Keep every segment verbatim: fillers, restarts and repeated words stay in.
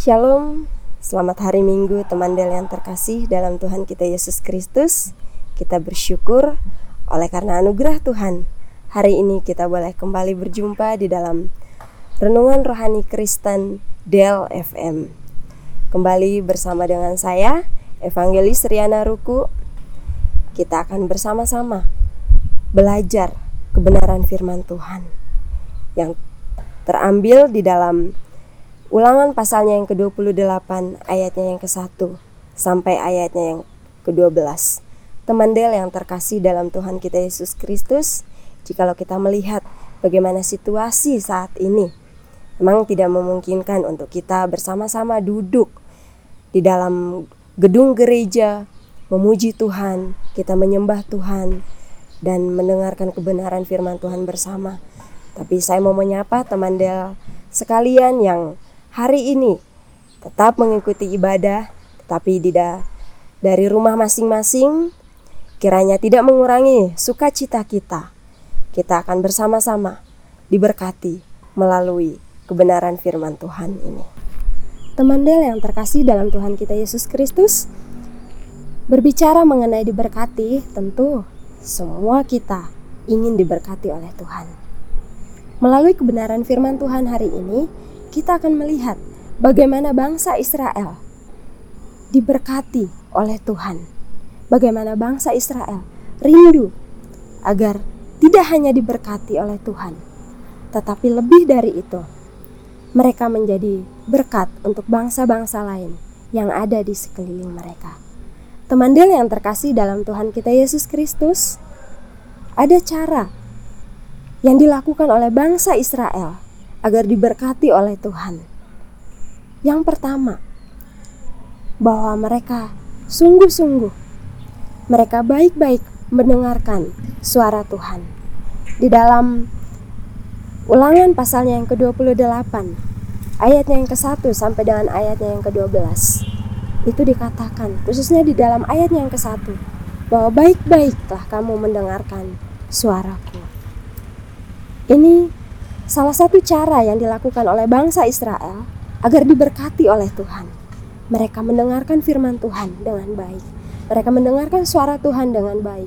Shalom, selamat hari Minggu teman Del yang terkasih dalam Tuhan kita Yesus Kristus. Kita bersyukur oleh karena anugerah Tuhan. Hari ini kita boleh kembali berjumpa di dalam Renungan Rohani Kristen Del F M. Kembali bersama dengan saya, Evangelis Riana Ruku. Kita akan bersama-sama belajar kebenaran firman Tuhan yang terambil di dalam Ulangan pasalnya yang kedua puluh delapan, ayatnya yang kesatu sampai ayatnya yang kedua belas. Teman Del yang terkasih dalam Tuhan kita Yesus Kristus, jikalau kita melihat bagaimana situasi saat ini, memang tidak memungkinkan untuk kita bersama-sama duduk di dalam gedung gereja, memuji Tuhan, kita menyembah Tuhan, dan mendengarkan kebenaran firman Tuhan bersama. Tapi saya mau menyapa teman Del sekalian yang hari ini tetap mengikuti ibadah, tetapi tidak dari rumah masing-masing, kiranya tidak mengurangi sukacita kita. Kita akan bersama-sama diberkati melalui kebenaran firman Tuhan ini. Teman Del yang terkasih dalam Tuhan kita Yesus Kristus, berbicara mengenai diberkati, tentu semua kita ingin diberkati oleh Tuhan. Melalui kebenaran firman Tuhan hari ini, kita akan melihat bagaimana bangsa Israel diberkati oleh Tuhan. Bagaimana bangsa Israel rindu agar tidak hanya diberkati oleh Tuhan, tetapi lebih dari itu, mereka menjadi berkat untuk bangsa-bangsa lain yang ada di sekeliling mereka. Teman Del yang terkasih dalam Tuhan kita Yesus Kristus, ada cara yang dilakukan oleh bangsa Israel agar diberkati oleh Tuhan. Yang pertama, bahwa mereka sungguh-sungguh, mereka baik-baik mendengarkan suara Tuhan. Di dalam Ulangan pasalnya yang kedua puluh delapan, ayatnya yang kesatu sampai dengan ayatnya yang kedua belas, itu dikatakan, khususnya di dalam ayatnya yang kesatu, bahwa baik-baiklah kamu mendengarkan suaraku. Ini salah satu cara yang dilakukan oleh bangsa Israel agar diberkati oleh Tuhan. Mereka mendengarkan firman Tuhan dengan baik. Mereka mendengarkan suara Tuhan dengan baik.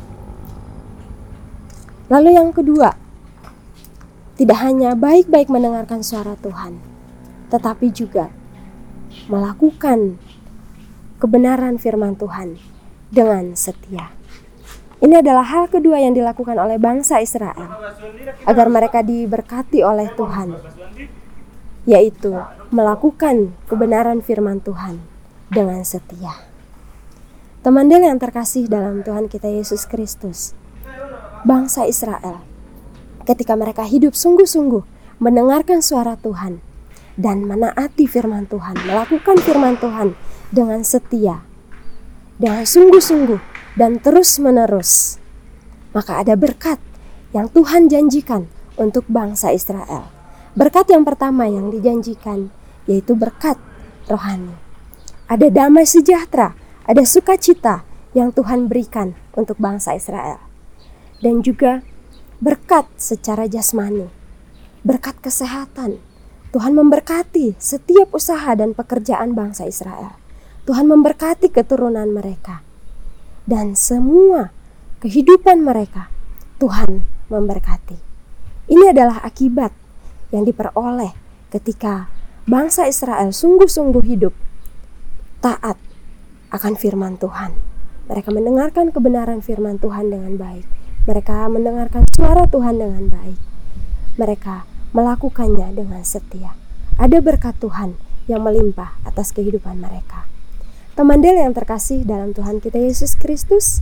Lalu yang kedua, tidak hanya baik-baik mendengarkan suara Tuhan, tetapi juga melakukan kebenaran firman Tuhan dengan setia. Ini adalah hal kedua yang dilakukan oleh bangsa Israel agar mereka diberkati oleh Tuhan, yaitu melakukan kebenaran firman Tuhan dengan setia. Teman Del yang terkasih dalam Tuhan kita Yesus Kristus, bangsa Israel ketika mereka hidup sungguh-sungguh mendengarkan suara Tuhan dan menaati firman Tuhan, melakukan firman Tuhan dengan setia, dengan sungguh-sungguh dan terus-menerus, maka ada berkat yang Tuhan janjikan untuk bangsa Israel. Berkat yang pertama yang dijanjikan yaitu berkat rohani. Ada damai sejahtera, ada sukacita yang Tuhan berikan untuk bangsa Israel. Dan juga berkat secara jasmani, berkat kesehatan. Tuhan memberkati setiap usaha dan pekerjaan bangsa Israel. Tuhan memberkati keturunan mereka. Dan semua kehidupan mereka Tuhan memberkati. Ini adalah akibat yang diperoleh ketika bangsa Israel sungguh-sungguh hidup taat akan firman Tuhan. Mereka mendengarkan kebenaran firman Tuhan dengan baik. Mereka mendengarkan suara Tuhan dengan baik. Mereka melakukannya dengan setia. Ada berkat Tuhan yang melimpah atas kehidupan mereka. Teman Del yang terkasih dalam Tuhan kita Yesus Kristus,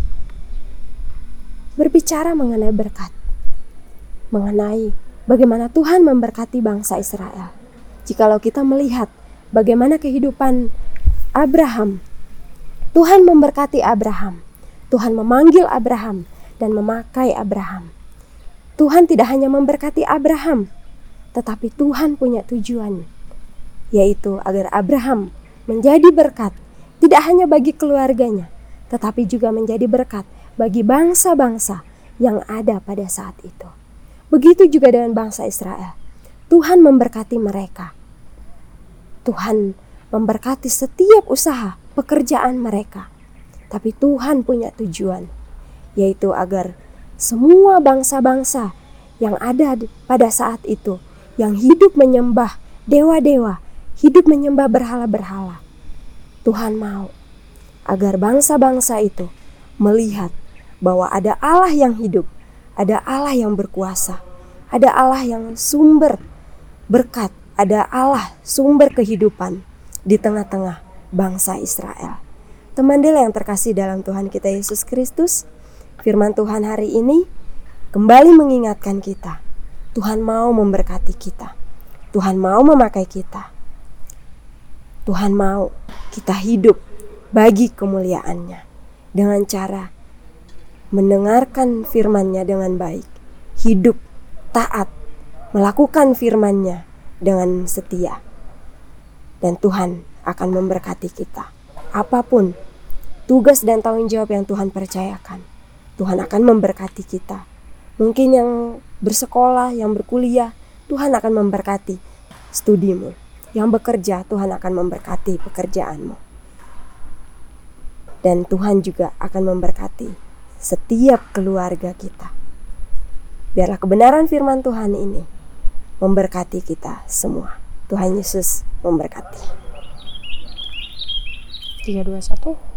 berbicara mengenai berkat, mengenai bagaimana Tuhan memberkati bangsa Israel. Jikalau kita melihat bagaimana kehidupan Abraham, Tuhan memberkati Abraham, Tuhan memanggil Abraham dan memakai Abraham. Tuhan tidak hanya memberkati Abraham, tetapi Tuhan punya tujuan, yaitu agar Abraham menjadi berkat tidak hanya bagi keluarganya, tetapi juga menjadi berkat bagi bangsa-bangsa yang ada pada saat itu. Begitu juga dengan bangsa Israel. Tuhan memberkati mereka. Tuhan memberkati setiap usaha pekerjaan mereka. Tapi Tuhan punya tujuan, yaitu agar semua bangsa-bangsa yang ada pada saat itu, yang hidup menyembah dewa-dewa, hidup menyembah berhala-berhala, Tuhan mau agar bangsa-bangsa itu melihat bahwa ada Allah yang hidup, ada Allah yang berkuasa, ada Allah yang sumber berkat, ada Allah sumber kehidupan di tengah-tengah bangsa Israel. Teman Del yang terkasih dalam Tuhan kita Yesus Kristus, firman Tuhan hari ini kembali mengingatkan kita, Tuhan mau memberkati kita, Tuhan mau memakai kita, Tuhan mau kita hidup bagi kemuliaan-Nya dengan cara mendengarkan firman-Nya dengan baik, hidup taat, melakukan firman-Nya dengan setia, dan Tuhan akan memberkati kita. Apapun tugas dan tanggung jawab yang Tuhan percayakan, Tuhan akan memberkati kita. Mungkin yang bersekolah, yang berkuliah, Tuhan akan memberkati studimu. Yang bekerja, Tuhan akan memberkati pekerjaanmu. Dan Tuhan juga akan memberkati setiap keluarga kita. Biarlah kebenaran firman Tuhan ini memberkati kita semua. Tuhan Yesus memberkati. Tiga, dua, satu.